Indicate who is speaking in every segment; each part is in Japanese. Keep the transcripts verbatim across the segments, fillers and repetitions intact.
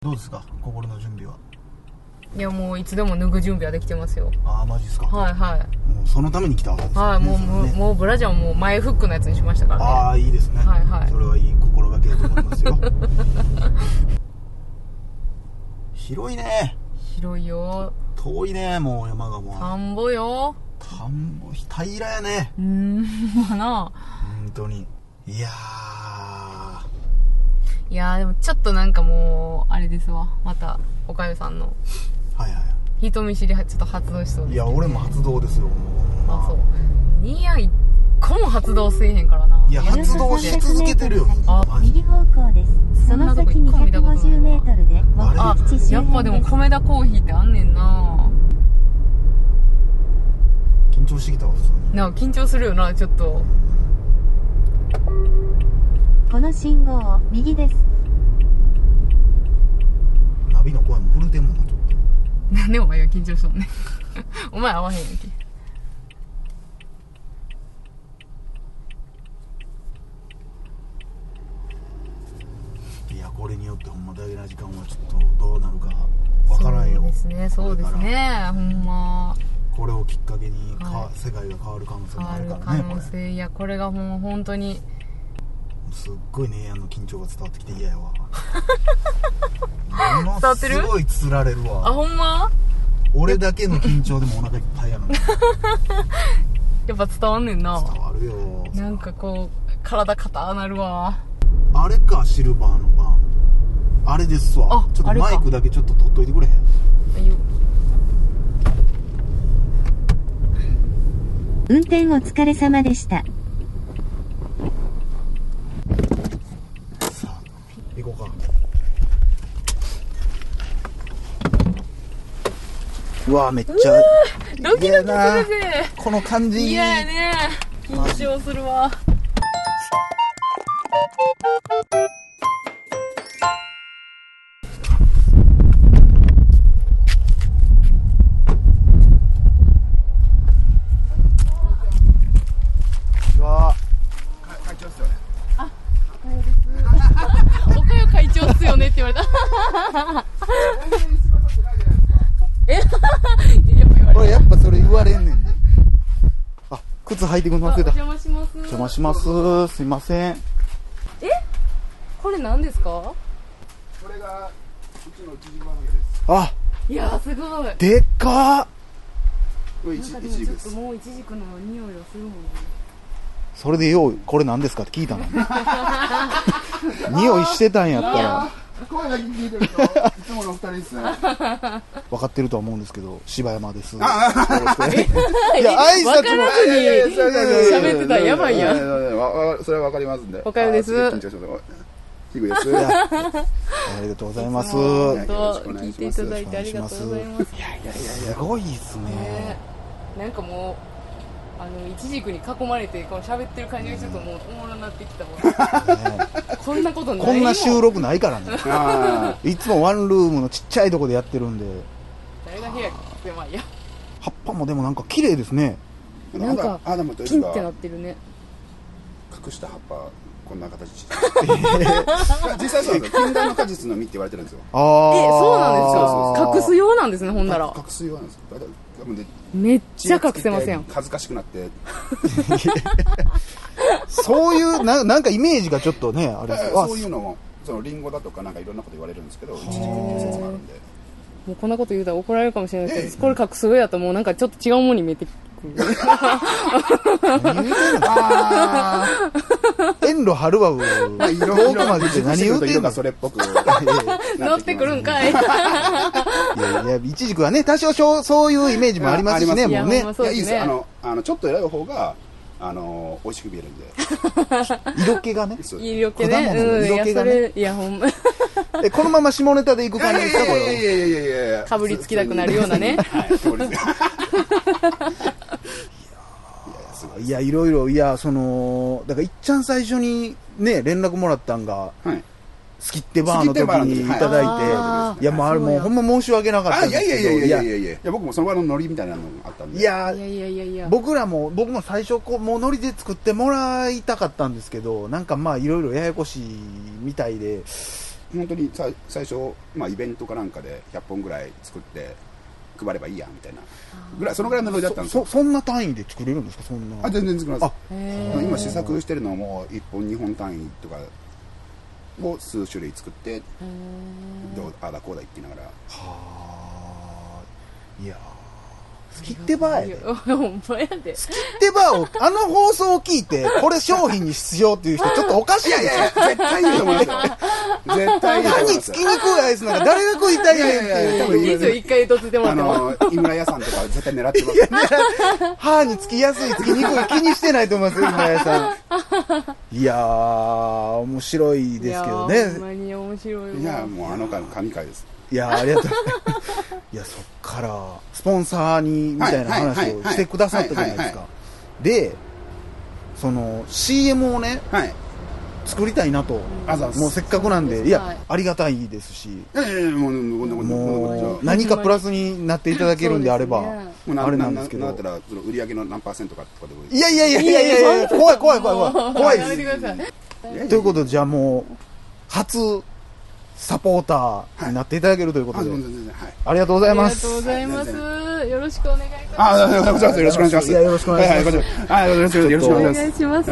Speaker 1: どうですか、心の準備は。
Speaker 2: いや、もういつでも脱ぐ準備はできてますよ。
Speaker 1: ああ、マジですか。
Speaker 2: はいはい。
Speaker 1: もうそのために来たわけですね。
Speaker 2: はい、もう、もう、
Speaker 1: ね、
Speaker 2: もうブラジャーももう前フックのやつにしましたからね。
Speaker 1: ああ、いいですね。
Speaker 2: はいはい。
Speaker 1: それはいい心がけだと思いますよ。広いね。
Speaker 2: 広いよ。
Speaker 1: 遠いね、もう山がもう。
Speaker 2: 田んぼよ。
Speaker 1: 田んぼ、平らやね。
Speaker 2: うーん、まあな。
Speaker 1: 本当に。いや
Speaker 2: いやー、でもちょっとなんかもう、あれですわ。また、おかゆさんの。
Speaker 1: はいはい。
Speaker 2: 人見知りちょっと発動しそうです、ね。
Speaker 1: いや、俺も発動ですよ、もう。
Speaker 2: あ、そう。ニーヤ一個も発動せえへんからな。
Speaker 1: いや、発動し続けてるよ。
Speaker 3: あ、右方向です。その先にひゃくごじゅうメートルで
Speaker 2: あ、やっぱでも米田コーヒーってあんねんな。
Speaker 1: 緊張してきたわ、普通に。
Speaker 2: なんか緊張するよな、ちょっと。
Speaker 3: この信号を右です。
Speaker 1: ナビの声も震えてんもんな、ちょっと。
Speaker 2: なんでお前が緊張しとんねん。お前合わへんやんけ。
Speaker 1: いや、これによってほんま大事な時間はちょっとどうなるかわからんよ。
Speaker 2: そうですね、そうですね、ほんま。
Speaker 1: これをきっかけにか、
Speaker 2: はい、
Speaker 1: 世界が変わる可能性もある
Speaker 2: 変わる
Speaker 1: からね。
Speaker 2: 可能性、いや、これがもう本当に。
Speaker 1: すっごいね、あの緊張が伝わってきて嫌やわ。もの
Speaker 2: 伝わってる？
Speaker 1: すごいつられるわ。
Speaker 2: あ、ほんま？
Speaker 1: 俺だけの緊張でもお腹いっぱいやのに。
Speaker 2: やっぱ伝わんねんな。
Speaker 1: 伝わるよ。
Speaker 2: なんかこう、体硬なるわ。
Speaker 1: あれか、シルバーのバン。あれですわ。
Speaker 2: あ、
Speaker 1: ちょっとマイクだけちょっと取っといてくれへん？
Speaker 2: はいよ。
Speaker 3: 運転お疲れ様でした。
Speaker 1: さあ、行こうか。うわ、めっちゃ
Speaker 2: ドキドキするぜ。
Speaker 1: この感じ。
Speaker 2: 嫌やね。緊張するわ。会長っすよねって言われた。え
Speaker 1: 俺やっぱそれ言われんねんで。あ、靴履いてくん忘れた。
Speaker 2: お邪魔します。
Speaker 1: お邪魔します。すいません。
Speaker 2: え、これ何ですか？こ
Speaker 1: れがうちのいちじく畑です。あ、
Speaker 2: いやすごい。
Speaker 1: でっかー。
Speaker 2: これいちじくです。ちょっともういちじくの匂いがするもんね。
Speaker 1: それでようこれ何ですかって聞いたの。匂いしてたんやったら。
Speaker 4: 声だけ聞いてるといつもの二人ですね。
Speaker 1: 分かってるとは思うんですけど、柴山です。いや
Speaker 2: 挨拶も
Speaker 1: 喋
Speaker 2: ってたらやばいやん。
Speaker 4: それは分かりますんで。
Speaker 2: おかゆです。
Speaker 4: 緊張します。ヒグです。
Speaker 1: ありがとうございます。
Speaker 2: 聞いていただいてありがとうございます。
Speaker 1: いやいやいや、すごいですね。
Speaker 2: なんかもう。あのイチジクに囲まれてこの喋ってる感じがちょっともうおもろになってきたもん、ね、こんなことないよ。
Speaker 1: こんな収録ないからね。いつもワンルームのちっちゃいとこでやってるんで。
Speaker 2: 誰が部屋狭いや。
Speaker 1: 葉っぱもでもなんか綺麗ですね。
Speaker 2: なんかピンってなってるね。
Speaker 4: 隠した葉っぱこんな形して実際そうなんですよ。禁断の果実の実って言われてるんですよ。
Speaker 1: ああ、
Speaker 2: え、そうなんですか。隠すようなんですね、ほんなら。
Speaker 4: 隠すようなんですよ。
Speaker 2: めっちゃ隠せません。
Speaker 4: 恥ずかしくなって
Speaker 1: そういうな、なんかイメージがちょっとね、あれ
Speaker 4: そういうのもそのリンゴだとかなんかいろんなこと言われるんですけど、一時期の説があるんで、
Speaker 2: もうこんなこと言うたら怒られるかもしれないですけど、これ隠す上やともうなんかちょっと違うものに見えてくる。
Speaker 1: 遠路はるわう。
Speaker 4: 遠く
Speaker 1: までって何言うてんの。
Speaker 4: それっぽく
Speaker 2: 乗ってくるんかい。いや
Speaker 1: いや、イチジクはね、多少そういうイメージもありますしね、もうね。
Speaker 4: いや、いいです。あの、あのちょっと選ぶ方があの美味しく見えるんで。
Speaker 1: 色気がね。
Speaker 2: 色気ね。
Speaker 1: 色気がね。
Speaker 2: いやほんま。
Speaker 1: え、このまま下ネタでいく感じですか、これ。
Speaker 4: いやいやいやいやいや。
Speaker 2: かぶりつきたくなるようなね。
Speaker 4: はい、そうです。
Speaker 1: いや、いろいろ、いや、その、だからいっちゃん最初にね、連絡もらったんが、はい、スキッテバーの時にいただいて、いや、もうあれもうほんま申し訳なかったんですけど、
Speaker 4: いやいやいやいやいやいやいや、僕もその場のノリみたいなのがあったんで、
Speaker 1: いやいやいやいや、僕らも、僕も最初こう、もうノリで作ってもらいたかったんですけど、なんかまあいろいろややこしいみたいで、
Speaker 4: 本当にさ最初、まあ、イベントかなんかでひゃっぽんぐらい作って配ればいいやみたいなぐらい、そのぐらいのノリだったんですよ。
Speaker 1: そ, そ, そんな単位で作れるんですか？そんな。
Speaker 4: あ全然作れます。今試作してるのもいっぽんにほん単位とかを数種類作ってどうああだこうだ言ってながら。は
Speaker 1: あ、いやスキッテバーやで。
Speaker 2: ほんまやで。
Speaker 1: スキッテバーを、あの放送を聞いて、これ商品にしようっていう人、ちょっとおかしいですよ。
Speaker 4: いやいや、絶対いいと思いますよ。絶対いいと思います。
Speaker 1: 歯につきにくいアイスなんか誰が食いたいねんっていう。
Speaker 2: 多分いいですよ、一回とついてもら
Speaker 4: あ
Speaker 2: っても。
Speaker 4: の、井村屋さんとか絶対狙ってます。
Speaker 1: 歯につきやすい、つきにくい気にしてないと思いますよ、井村屋さん。いやー、面白いですけどね。
Speaker 2: ほんまに面白いわ。
Speaker 4: いや、もうあの回の神回です。
Speaker 1: いやありがとういやそっからスポンサーにみたいな話をしてくださったじゃないですか。でその シーエム をね、はい、作りたいなと、うん、もうせっかくなんで、いや、はい、ありがたいですし、いやいやもうもう何かプラスになっていただけるんであれば、ね、あれなんですけど、
Speaker 4: なったらその売り上げの何パーセントかとかでも
Speaker 1: いやいやいやいやいやいや怖い怖い怖い怖い怖いですということで、じゃあもう初サポーターになっていただけるということで、はい、ありがとうございます。
Speaker 2: ありがとうございます。よろしくお願いいたします。
Speaker 4: あ、よろしくお願いします。
Speaker 1: いや、よろしくお願いします。
Speaker 4: はい、よろしくお願いします。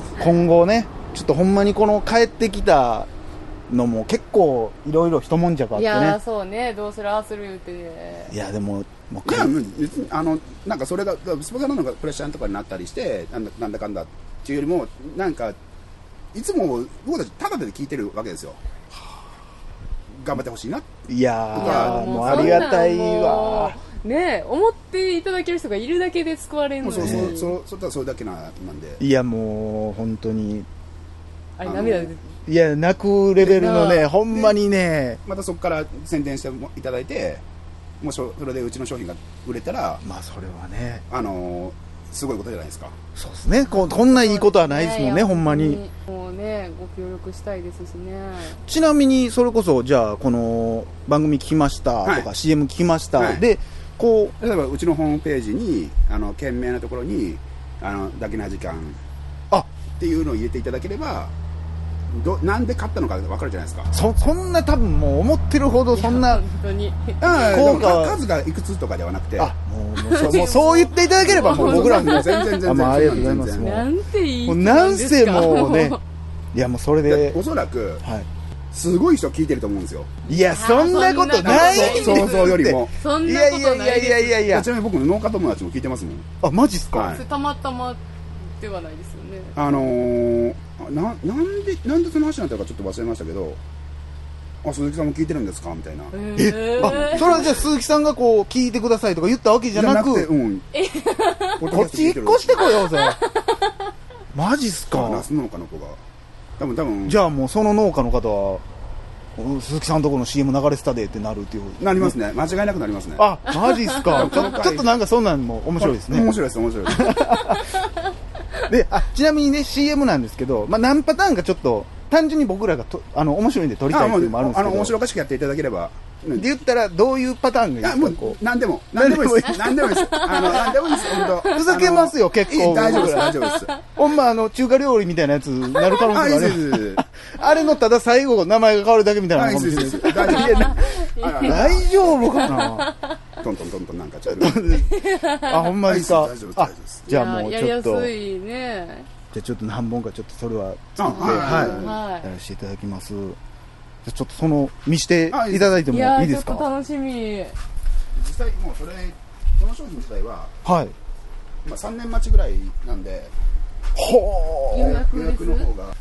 Speaker 1: 今後ね、ちょっとほんまにこの帰ってきたのも結構いろいろ一悶着あってね。い
Speaker 2: や、そうね、どうするああする言うてね。
Speaker 1: いや、でも、
Speaker 4: もういや、別にあのなんかそれがスポンサーなのがプレッシャーとかになったりして、なんだなんだかんだっていうよりも、なんかいつも僕たちタダで聞いてるわけですよ。頑張ってほしいな。
Speaker 1: いやー、もうありがたいわ。
Speaker 2: ねえ、思っていただける人がいるだけで救われるのに。
Speaker 4: そうそうそうそう、それだけなんで。
Speaker 1: いや、もう本当に
Speaker 2: あれ涙出て。
Speaker 1: いや、泣くレベルのね、ほんまにね。
Speaker 4: またそこから宣伝していただいて、もしそれでうちの商品が売れたら、
Speaker 1: まあそれはね、
Speaker 4: あのすごいことじゃないですか。
Speaker 1: そうですね。こ, こんないいことはないですもんね、ほんまに。
Speaker 2: もうね、ご協力したいですしね。
Speaker 1: ちなみにそれこそ、じゃあこの番組聞きましたとか、はい、シーエム 聞きました、はい、でこ
Speaker 4: う例えばうちのホームページにあの件名のところにあのだけな時間あっていうのを入れていただければ、どなんで買ったのか分かるじゃないですか。
Speaker 1: そ, そんな多分もう思ってるほどそんな
Speaker 2: 本当に
Speaker 4: 効果数がいくつとかではなくて、あ
Speaker 1: もうもうそ, もうそう言っていただければもう僕らも
Speaker 4: 全然全然あ、
Speaker 1: まあ、ありがとうございます。
Speaker 2: なんていい
Speaker 1: もうなんせもうねいやもうそれで
Speaker 4: おそらく、はい、すごい人聞いてると思うんですよ。
Speaker 1: いやそんなことない
Speaker 4: 想像よりも。
Speaker 2: そんなことないです。
Speaker 1: いやいやいやいや、
Speaker 4: ちなみに僕の農家友達も聞いてますもん。
Speaker 1: あ、マジっすか。
Speaker 2: はい、たまたまではないですよね。
Speaker 4: あのー、な, なんでなんでその話になったかちょっと忘れましたけど、あ、鈴木さんも聞いてるんですかみたいな。
Speaker 1: えあ、それはじゃあ鈴木さんがこう聞いてくださいとか言ったわけじゃなく、
Speaker 4: うん、
Speaker 1: こっち引っ越してこようぜ。マジっすか。
Speaker 4: ナス農家の子が多分多分
Speaker 1: じゃあもうその農家の方は鈴木さんのところの シーエム 流れてたでってなるっていう。
Speaker 4: なりますね。間違いなくなりますね。
Speaker 1: あ、マジっすか。ちょ, ちょっとなんかそんなんも面白いですね。
Speaker 4: 面白いです面白いです。
Speaker 1: で、あ、ちなみにね シーエム なんですけど、まあ、何パターンかちょっと単純に僕らがとあの面白いんで撮りたいっていうのもあるんですけど、
Speaker 4: あの面白おかしくやっていただければ、
Speaker 1: うん、で言ったらどういうパターンがいいですか。もう
Speaker 4: こう何でも何でもいいです。何でもいいです。あの何でもいいです。本当
Speaker 1: ふざけますよ結構。
Speaker 4: 大丈夫です大丈夫です。
Speaker 1: ほんまあの中華料理みたいなやつになる可能性がある。あれのただ最後名前が変わるだけみたいなのかもしれないです。大丈夫かな。
Speaker 4: トントントントンなんかちょっと。
Speaker 1: あ、ほんまにか。あ、
Speaker 2: じゃあもうちょっと。やりやすいね。
Speaker 1: じゃあちょっと何本かちょっとそれは作って、はい、やらせていただきます。じゃあちょっとその見していただいてもいいですか。
Speaker 2: いや、ちょっと楽しみ。
Speaker 4: 実際もうそれこの商品自体は、
Speaker 1: はい、
Speaker 4: まあさんねん待ちぐらいなんで、
Speaker 1: ほ
Speaker 2: ー予約
Speaker 4: 予約の方が、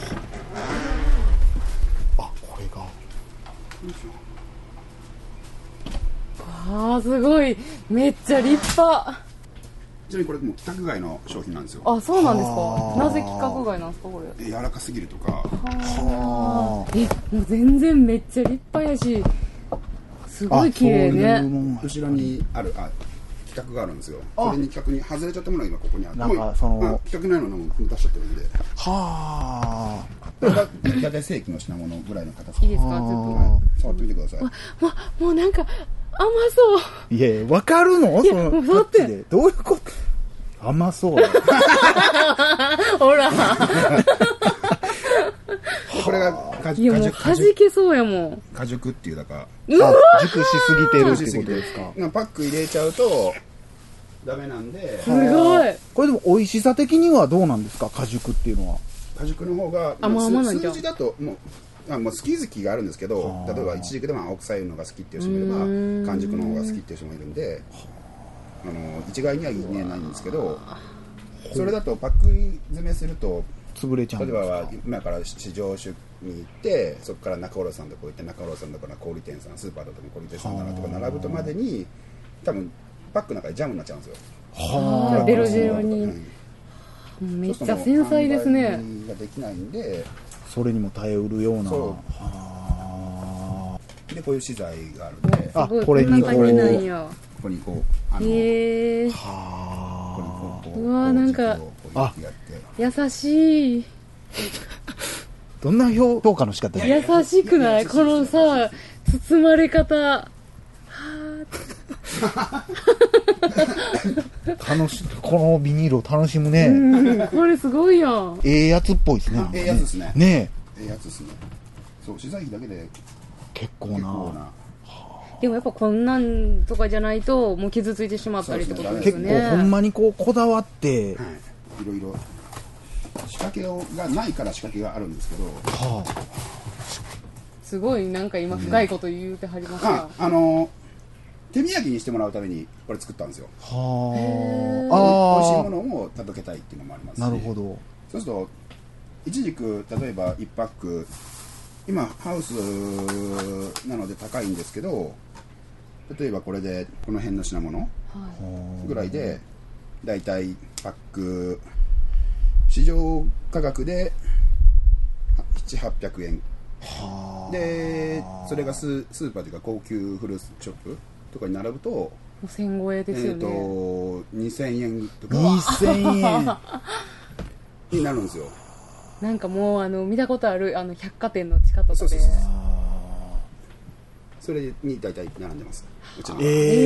Speaker 1: あ、これが。
Speaker 2: あーすごい、めっちゃ立派。
Speaker 4: ちなみにこれもう規格外の商品なんですよ。
Speaker 2: あ、そうなんですか。なぜ規格外なんですかこれ。
Speaker 4: 柔らかすぎるとか。
Speaker 2: はあ。え、もう全然めっちゃ立派やし、すごい綺麗ね。
Speaker 4: 後ろにあるあ規格があるんですよ。それに規格に外れちゃったものが今ここにある。
Speaker 1: なんかその
Speaker 4: 規格ないのも出しちゃってるんで。
Speaker 1: はあ。
Speaker 4: これが大体正規の品物ぐらいの形。
Speaker 2: いいですかちょっ
Speaker 4: と触ってみてください。
Speaker 2: もうもうなんか。甘そう。
Speaker 1: いやいや、わかるのそのタッチで。どういうこと。甘そう。
Speaker 2: ほら。
Speaker 4: これが果
Speaker 2: いやもうはじけそうやもん。
Speaker 4: 果熟っていうだか
Speaker 1: 熟しすぎてるってことですか。
Speaker 4: パック入れちゃうとダメなんで。
Speaker 2: すごい。
Speaker 1: これでも美味しさ的にはどうなんですか、果熟っていうのは。
Speaker 4: 果熟の方が
Speaker 2: 甘々なんじゃん。
Speaker 4: 数字だともうあもう好き好きがあるんですけど、例えばイチジクでも青臭いのが好きっていう人もいれば完熟の方が好きっていう人もいるんで、あの一概には言えないんですけど、それだとパック詰めすると
Speaker 1: 潰れちゃうん
Speaker 4: 例えば今から市場出に行ってそこから中卸さんとこ行って中卸さんだから小売店さんスーパーだとか小売店さんだなとか並ぶとまでに多分パックの中でジャムになっちゃうんですよ。
Speaker 2: はあ、デロデロに、うん、めっちゃ繊細ですね。
Speaker 4: ができないんで
Speaker 1: それにも耐えうるような。
Speaker 4: そうはでこういう資材があるんで、
Speaker 1: あこれにこう
Speaker 4: ここにこうあの
Speaker 2: へえ
Speaker 4: はあ
Speaker 2: うわなんか
Speaker 1: あ
Speaker 2: 優しい
Speaker 1: どんな評価の仕方
Speaker 2: 優しくない？このさ包まれ方は
Speaker 1: 楽しこのビニールを楽しむね、
Speaker 2: うん、これすごいやん。
Speaker 1: ええやつっぽいですね。
Speaker 4: ええやつですね。
Speaker 1: ね
Speaker 4: ええやつですね。そう資材費だけで
Speaker 1: 結構な。結構な
Speaker 2: でもやっぱこんなんとかじゃないともう傷ついてしまったりってことですよね。
Speaker 1: 結構ほんまにこうこだわって、
Speaker 4: はい、いろいろ仕掛けをがないから仕掛けがあるんですけど、はあ、
Speaker 2: すごいなんか今深いこと言うてはりますが、
Speaker 4: あ, あの手土産にしてもらうためにこれ作ったんですよ。
Speaker 1: は
Speaker 4: あ、美味しいものを届けたいっていうのもありますし。
Speaker 1: なるほど。
Speaker 4: そうするといちじく例えばいちパック今ハウスなので高いんですけど、例えばこれでこの辺の品物ぐらいでだいたいパック市場価格でななひゃくはっぴゃくえんで、それが ス, スーパーというか高級フルーツショップとかに並ぶと
Speaker 2: せん超えですよね。
Speaker 4: えー、とにせんえんとか
Speaker 1: にせんえん
Speaker 4: になるんですよ。
Speaker 2: なんかもうあの見たことあるあの百貨店の地下とかで、そうそうそう、
Speaker 4: それに大体並んでます。うちの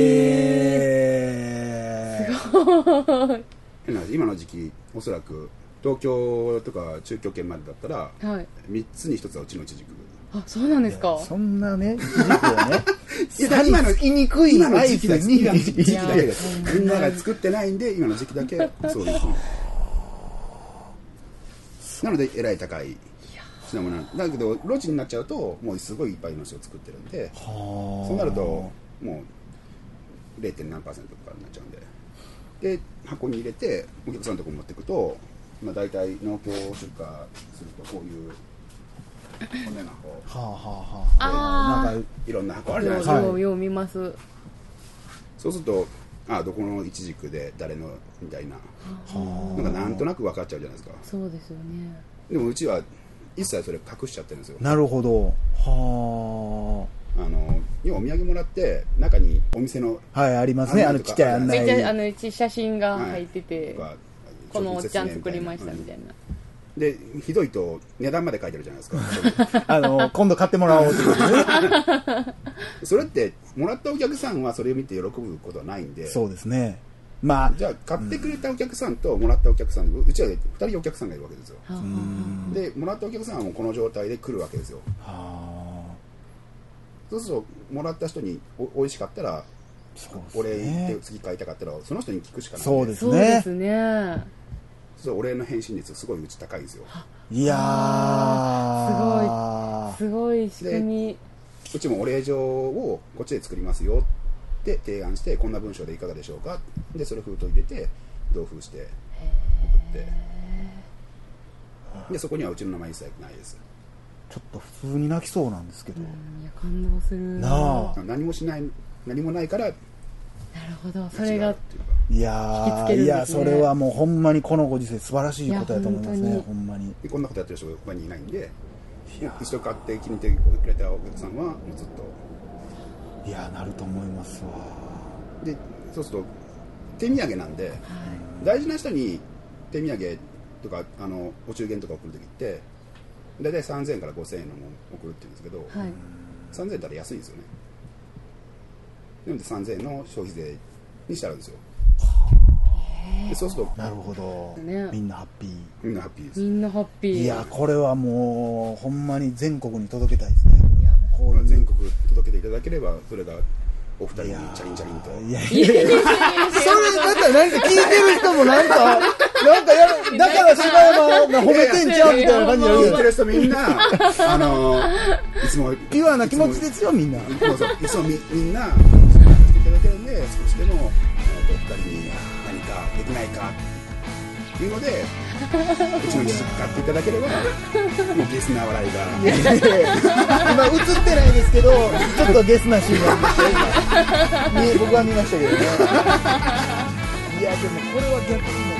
Speaker 1: えー、
Speaker 2: すごい。
Speaker 4: 今の時期おそらく東京とか中京圏までだったら、はい、みっつにひとつはうちのいちじく。
Speaker 2: あ、そうなんですか。
Speaker 1: そんなね、いちじくをね今の言いにくい
Speaker 4: 今の時期だけ今の時期だけですみんなが作ってないんで今の時期だけそういうなのでえらい高い品物なんだけど、路地になっちゃうともうすごいいっぱいの人を作ってるんで、そうなるともう れいてん 何パーセントとかになっちゃうんで、で箱に入れてお客さんのところに持っていくと、まあ、大体農協出荷するとこういうこんな箱、はあはあはあ、なんかいろんな箱あるじゃないですか。
Speaker 2: ようよう見ます。
Speaker 4: そうするとあどこのイチジクで誰のみたいななんかなんとなく分かっちゃうじゃないですか。
Speaker 2: そうですよね。
Speaker 4: でもうちは一切それ隠しちゃってるんですよ。
Speaker 1: なるほど。は
Speaker 4: あ。あの要はお土産もらって中にお店の
Speaker 1: はいありますね、あのちっちゃい案内、
Speaker 2: めっちゃあの写真が入ってて、はい、このおっちゃん作りましたみたいな。
Speaker 4: でひどいと値段まで書いてるじゃないですか。
Speaker 1: あの今度買ってもらおうということね。
Speaker 4: それってもらったお客さんはそれを見て喜ぶことはないんで。
Speaker 1: そうですね。まあ
Speaker 4: じゃあ買ってくれたお客さんともらったお客さん、うん、うちはふたりお客さんがいるわけですよ。でもらったお客さんはもうこの状態で来るわけですよ。そうするともらった人にお美味しかったら、お礼言って次買いたかったらその人に聞くしかない。
Speaker 1: そうですね。
Speaker 2: そうですね。
Speaker 4: そうお礼の返信率すごいうち高いんですよ。
Speaker 1: いやー
Speaker 2: すごいすごい仕組み。
Speaker 4: うちもお礼状をこっちで作りますよって提案して、こんな文章でいかがでしょうか、でそれ封筒入れて同封して送って、でそこにはうちの名前一切ないです。
Speaker 1: ちょっと普通に泣きそうなんですけど、
Speaker 2: うん、いや感動する
Speaker 1: なあ。
Speaker 4: 何もしない何もないから。
Speaker 2: なるほど、それが
Speaker 1: いやー、ね、いやそれはもうほんまにこのご時世素晴らしいことだと思いますね。ほんまに
Speaker 4: でこんなことやってる人が他にいないんで、一度買って気に入ってくれたお客さんはもうずっと
Speaker 1: いやなると思いますわ。
Speaker 4: でそうすると手土産なんで、はい、大事な人に手土産とかあのお中元とか送るときって大体さんぜんえんからごせんえんのも送るって言うんですけど、はい、さんぜんえんだったら安いんですよね。なのでさんぜんえんの消費税にしてあるんですよ。 でそうすると
Speaker 1: なるほど、
Speaker 2: ね、
Speaker 1: みんなハッピー、
Speaker 4: みんなハッピーです。
Speaker 2: みんなハッピー。
Speaker 1: いやこれはもうほんまに全国に届けたいですね。いやもうこういう
Speaker 4: 全国届けていただければそれがお二人にチャリンチャリンと。
Speaker 1: いやいやいやそれまたなんか聞いてる人もなんかなんかやるだから柴山が褒めてんちゃうみたいな感じで
Speaker 4: 聞いてる人みんなあのいつも
Speaker 1: ピュアな気持ちですよみんな。
Speaker 4: そうそういつも み, みんなしていただけるんで少しでもお二人に何かできないかっていうのでうちの父買っていただければもうゲスな笑いが
Speaker 1: 今映ってないですけどちょっとゲスなシーンがありましたよ僕は見ましたけどね。いやでもこれは逆にも